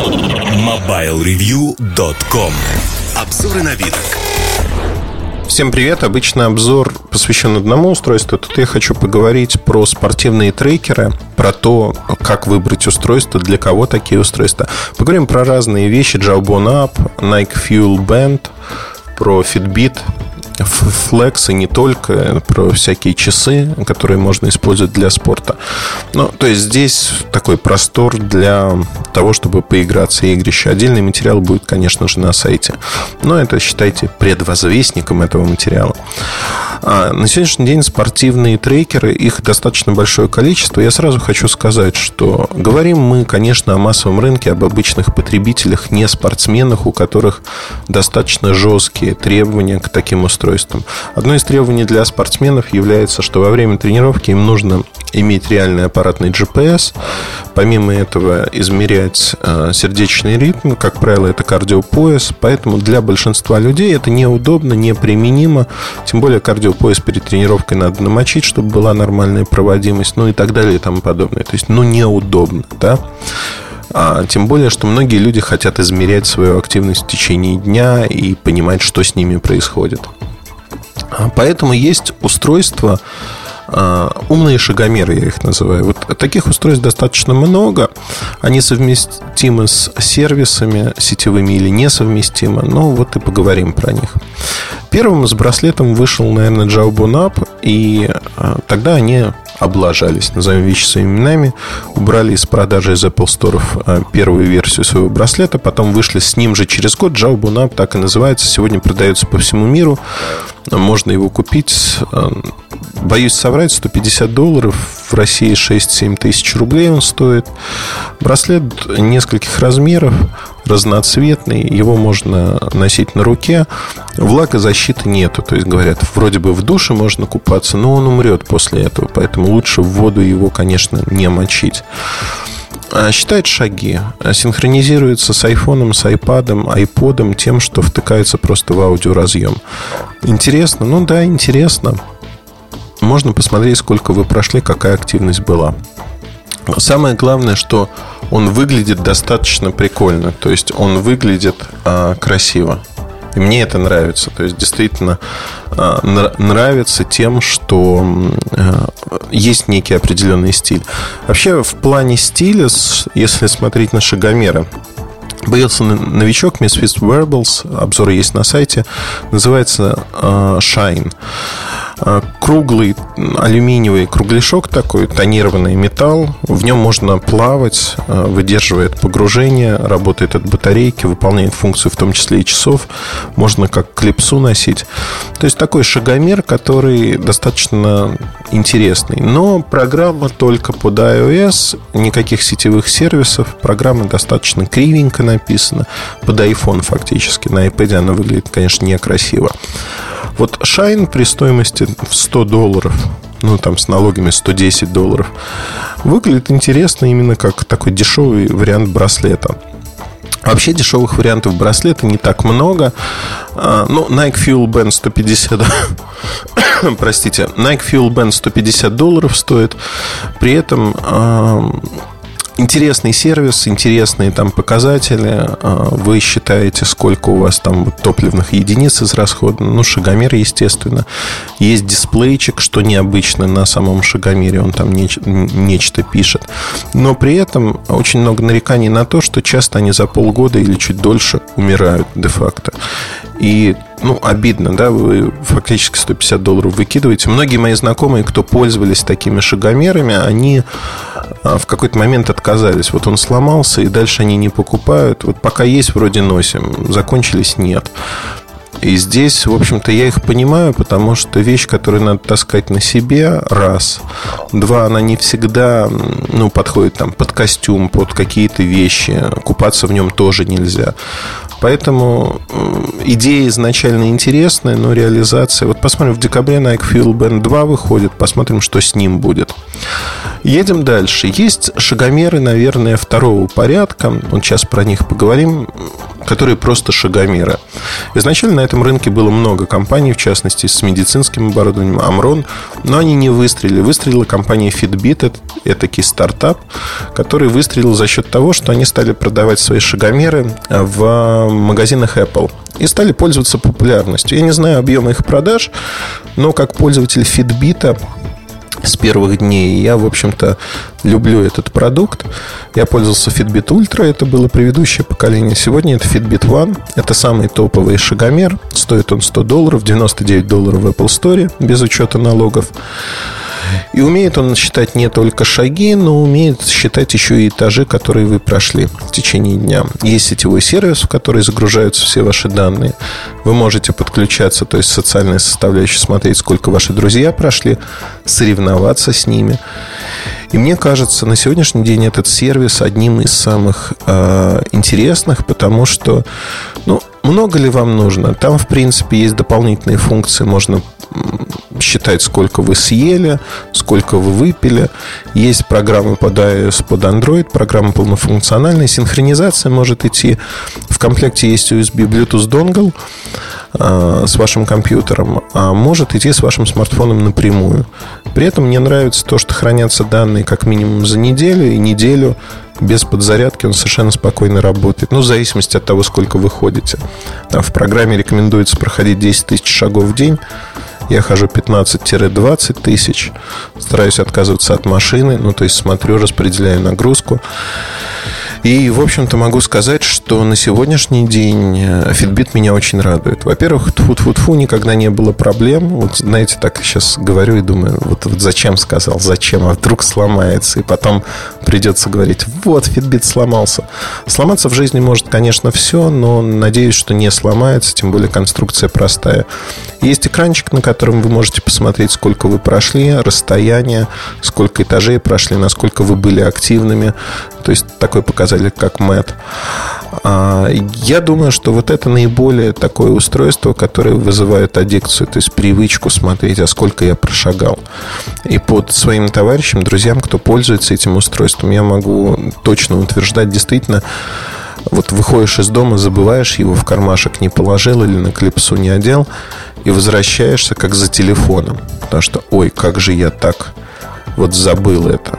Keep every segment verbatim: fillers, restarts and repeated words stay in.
мобайл ревью точка ком. Обзоры новинок. Всем привет, обычный обзор посвящен одному устройству. Тут я хочу поговорить про спортивные трекеры, про то, как выбрать устройство, для кого такие устройства. Поговорим про разные вещи: Jawbone App, Nike Fuel Band, про Fitbit Flex и не только, про всякие часы, которые можно использовать для спорта. Ну, то есть здесь такой простор для того, чтобы поиграться и игрище. Отдельный материал будет, конечно же, на сайте, но это считайте предвозвестником этого материала. А на сегодняшний день спортивные трекеры, их достаточно большое количество. Я сразу хочу сказать, что говорим мы, конечно, о массовом рынке, об обычных потребителях, не спортсменах, у которых достаточно жесткие требования к таким устройствам. Одно из требований для спортсменов является, что во время тренировки им нужно иметь реальный аппаратный джи пи эс. Помимо этого измерять э, сердечный ритм. Как правило, это кардиопояс. Поэтому для большинства людей это неудобно, неприменимо. Тем более кардиопояс перед тренировкой надо намочить, чтобы была нормальная проводимость, ну и так далее и тому подобное. То есть, ну, неудобно, да? А, тем более, что многие люди хотят измерять свою активность в течение дня и понимать, что с ними происходит. Поэтому есть устройства, умные шагомеры, я их называю. Вот таких устройств достаточно много. Они совместимы с сервисами сетевыми или несовместимы. Но вот и поговорим про них. Первым с браслетом вышел, наверное, Jawbone App. И тогда они облажались, назовем вещи своими именами. Убрали из продажи из Apple Store первую версию своего браслета. Потом вышли с ним же через год. Jawbone App так и называется. Сегодня продается по всему миру. Можно его купить, боюсь соврать, сто пятьдесят долларов. В России шесть-семь тысяч рублей он стоит. Браслет нескольких размеров, разноцветный. Его можно носить на руке. Влагозащиты нету. То есть, говорят, вроде бы в душе можно купаться, но он умрет после этого. Поэтому лучше в воду его, конечно, не мочить. Считает шаги, синхронизируется с айфоном, с айпадом, айподом, тем, что втыкается просто в аудиоразъем. Интересно? Ну да, интересно. Можно посмотреть, сколько вы прошли, какая активность была. Самое главное, что он выглядит достаточно прикольно. То есть он выглядит а, красиво. И мне это нравится. То есть действительно а, нравится тем, что а, есть некий определенный стиль. Вообще в плане стиля, если смотреть на шагомеры, появился новичок Misfits Wearables. Обзор есть на сайте. Называется а, Shine. Круглый алюминиевый кругляшок такой, тонированный металл. В нем можно плавать, выдерживает погружение, работает от батарейки, выполняет функцию в том числе и часов. Можно как клипсу носить. То есть такой шагомер, который достаточно интересный. Но программа только под iOS, никаких сетевых сервисов. Программа достаточно кривенько написана. Под iPhone фактически. На iPad она выглядит, конечно, некрасиво. Вот Shine при стоимости в сто долларов, ну там с налогами сто десять долларов, выглядит интересно именно как такой дешевый вариант браслета. Вообще дешевых вариантов браслета не так много. Ну, Nike Fuel Band сто пятьдесят простите, Nike Fuel Band сто пятьдесят долларов стоит. При этом интересный сервис, интересные там показатели. Вы считаете, сколько у вас там топливных единиц израсходовано. Ну, шагомер, естественно. Есть дисплейчик, что необычно на самом шагомере. Он там неч- нечто пишет. Но при этом очень много нареканий на то, что часто они за полгода или чуть дольше умирают де-факто. И, ну, обидно, да, вы фактически сто пятьдесят долларов выкидываете. Многие мои знакомые, кто пользовались такими шагомерами, они в какой-то момент отказались. Вот он сломался, и дальше они не покупают. Вот пока есть, вроде носим. Закончились, нет. И здесь, в общем-то, я их понимаю, потому что вещь, которую надо таскать на себе, раз. Два, она не всегда, ну, подходит там под костюм, под какие-то вещи. Купаться в нем тоже нельзя. Поэтому идея изначально интересная, но реализация... Вот посмотрим, в декабре Nike Fuel Band два выходит. Посмотрим, что с ним будет. Едем дальше. Есть шагомеры, наверное, второго порядка. Вот сейчас про них поговорим, которые просто шагомеры. Изначально на этом рынке было много компаний, в частности, с медицинским оборудованием, Omron, но они не выстрелили. Выстрелила компания Fitbit, это этакий стартап, который выстрелил за счет того, что они стали продавать свои шагомеры в магазинах Apple и стали пользоваться популярностью. Я не знаю объема их продаж, но как пользователь Fitbit с первых дней я, в общем-то, люблю этот продукт. Я пользовался Fitbit Ultra, это было предыдущее поколение. Сегодня это Fitbit One. Это самый топовый шагомер. Стоит он сто долларов, девяносто девять долларов в Apple Store, без учета налогов. И умеет он считать не только шаги, но умеет считать еще и этажи, которые вы прошли в течение дня. Есть сетевой сервис, в который загружаются все ваши данные. Вы можете подключаться, то есть социальная составляющая, смотреть, сколько ваши друзья прошли, соревноваться с ними. И мне кажется, на сегодняшний день этот сервис одним из самых э, интересных, потому что, ну, много ли вам нужно? Там, в принципе, есть дополнительные функции. Можно считать, сколько вы съели, сколько вы выпили. Есть программы под iOS, под Android, программа полнофункциональная. Синхронизация может идти. В комплекте есть ю эс би Bluetooth донгл э, с вашим компьютером, а может идти с вашим смартфоном напрямую. При этом мне нравится то, что хранятся данные как минимум за неделю, и неделю без подзарядки он совершенно спокойно работает. Ну, в зависимости от того, сколько вы ходите. Там в программе рекомендуется проходить десять тысяч шагов в день. Я хожу пятнадцать-двадцать тысяч. Стараюсь отказываться от машины. Ну, то есть смотрю, распределяю нагрузку. И, в общем-то, могу сказать, что на сегодняшний день Fitbit меня очень радует. Во-первых, тьфу-тьфу-тьфу, никогда не было проблем. Вот, знаете, так сейчас говорю и думаю, вот, вот зачем сказал, зачем, а вдруг сломается. И потом придется говорить, вот, Fitbit сломался. Сломаться в жизни может, конечно, все, но надеюсь, что не сломается. Тем более конструкция простая. Есть экранчик, на котором вы можете посмотреть, сколько вы прошли, расстояние, сколько этажей прошли, насколько вы были активными. То есть такой показатель, как мэт. Я думаю, что вот это наиболее такое устройство, которое вызывает аддикцию, то есть привычку смотреть, а сколько я прошагал. И под своим товарищам, друзьям, кто пользуется этим устройством, я могу точно утверждать, действительно, вот выходишь из дома, забываешь его, в кармашек не положил или на клипсу не одел, и возвращаешься как за телефоном. Потому что, ой, как же я так вот забыл это.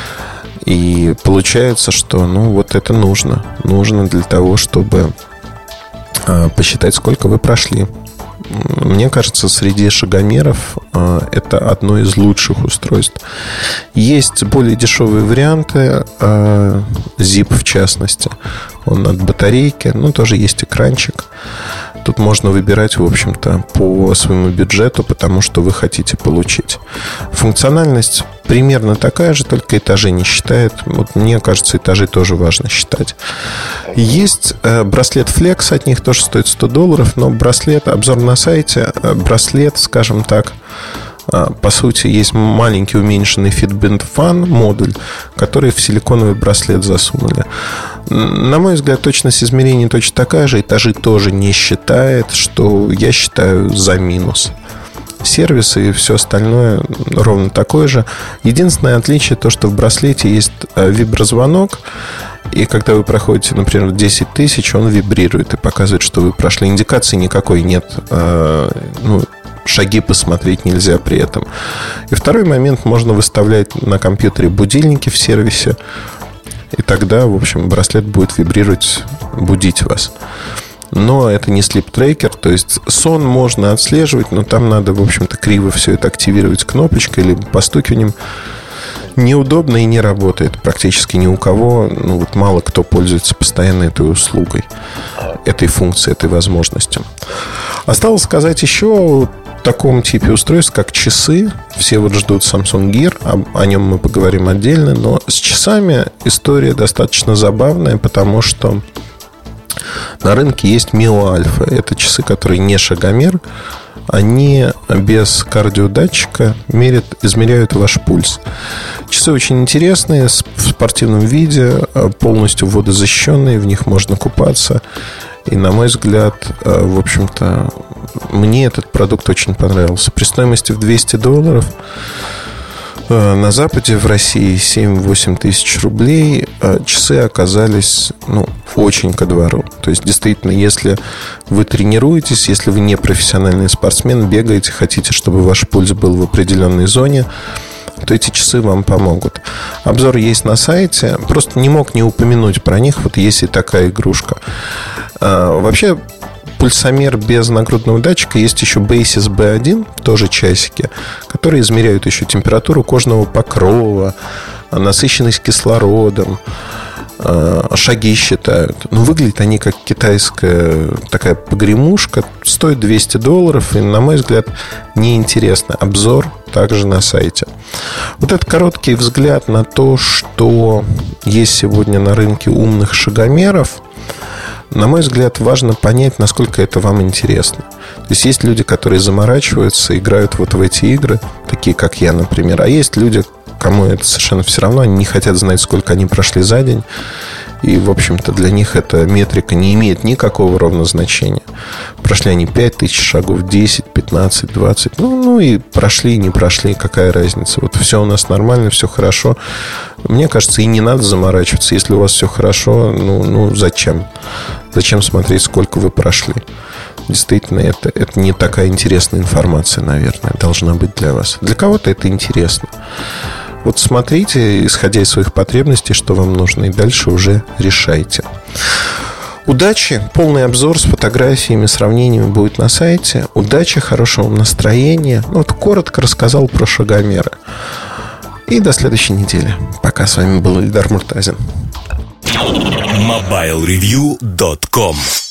И получается, что, ну, вот это нужно. Нужно для того, чтобы э, посчитать, сколько вы прошли. Мне кажется, среди шагомеров э, это одно из лучших устройств. Есть более дешевые варианты, э, Zip в частности. Он от батарейки, но тоже есть экранчик. Тут можно выбирать, в общем-то, по своему бюджету, потому что вы хотите получить. Функциональность примерно такая же, только этажи не считает. Вот мне кажется, этажи тоже важно считать. Есть э, браслет Flex, от них тоже стоит сто долларов, но браслет, обзор на сайте, э, браслет, скажем так, э, по сути, есть маленький уменьшенный Fitbit One модуль, который в силиконовый браслет засунули. На мой взгляд, точность измерений точно такая же. Этажи тоже не считает, что я считаю за минус. Сервисы и все остальное ровно такое же. Единственное отличие то, что в браслете есть виброзвонок. И когда вы проходите, например, десять тысяч, он вибрирует и показывает, что вы прошли. Индикации никакой нет. Ну, шаги посмотреть нельзя при этом. И второй момент, можно выставлять на компьютере будильники в сервисе. И тогда, в общем, браслет будет вибрировать, будить вас. Но это не слип-трекер. То есть сон можно отслеживать, но там надо, в общем-то, криво все это активировать кнопочкой или постукиванием. Неудобно и не работает практически ни у кого. Ну, вот мало кто пользуется постоянно этой услугой, этой функцией, этой возможностью. Осталось сказать еще о таком типе устройств, как часы. Все вот ждут Samsung Gear, о, о нем мы поговорим отдельно. Но с часами история достаточно забавная, потому что на рынке есть Mio Alpha. Это часы, которые не шагомер. Они без кардиодатчика мерят, измеряют ваш пульс. Часы очень интересные, в спортивном виде, полностью водозащищенные, в них можно купаться. И, на мой взгляд, в общем-то, мне этот продукт очень понравился. При стоимости в двести долларов На Западе, в России семь-восемь тысяч рублей. Часы оказались, ну, очень ко двору. То есть, действительно, если вы тренируетесь, если вы не профессиональный спортсмен, бегаете, хотите, чтобы ваш пульс был в определенной зоне, то эти часы вам помогут. Обзор есть на сайте. Просто не мог не упомянуть про них. Вот есть и такая игрушка. Вообще, пульсомер без нагрудного датчика. Есть еще Basis би один, тоже часики, которые измеряют еще температуру кожного покрова, насыщенность кислородом, шаги считают. Но выглядят они как китайская такая погремушка. Стоит двести долларов. И, на мой взгляд, неинтересно. Обзор также на сайте. Вот это короткий взгляд на то, что есть сегодня на рынке умных шагомеров. На мой взгляд, важно понять, насколько это вам интересно. То есть есть люди, которые заморачиваются, играют вот в эти игры, такие как я, например. А есть люди, кому это совершенно все равно. Они не хотят знать, сколько они прошли за день. И, в общем-то, для них эта метрика не имеет никакого ровно значения. Прошли они пять тысяч шагов, десять, пятнадцать, двадцать. Ну, ну и прошли, не прошли, какая разница. Вот все у нас нормально, все хорошо. Мне кажется, и не надо заморачиваться. Если у вас все хорошо, ну, ну зачем? Зачем смотреть, сколько вы прошли? Действительно, это, это не такая интересная информация, наверное, должна быть для вас. Для кого-то это интересно. Вот смотрите, исходя из своих потребностей, что вам нужно, и дальше уже решайте. Удачи, полный обзор с фотографиями, сравнениями будет на сайте. Удачи, хорошего настроения. Ну, вот коротко рассказал про шагомеры. И до следующей недели. Пока, с вами был Ильдар Муртазин. мобайл ревью точка ком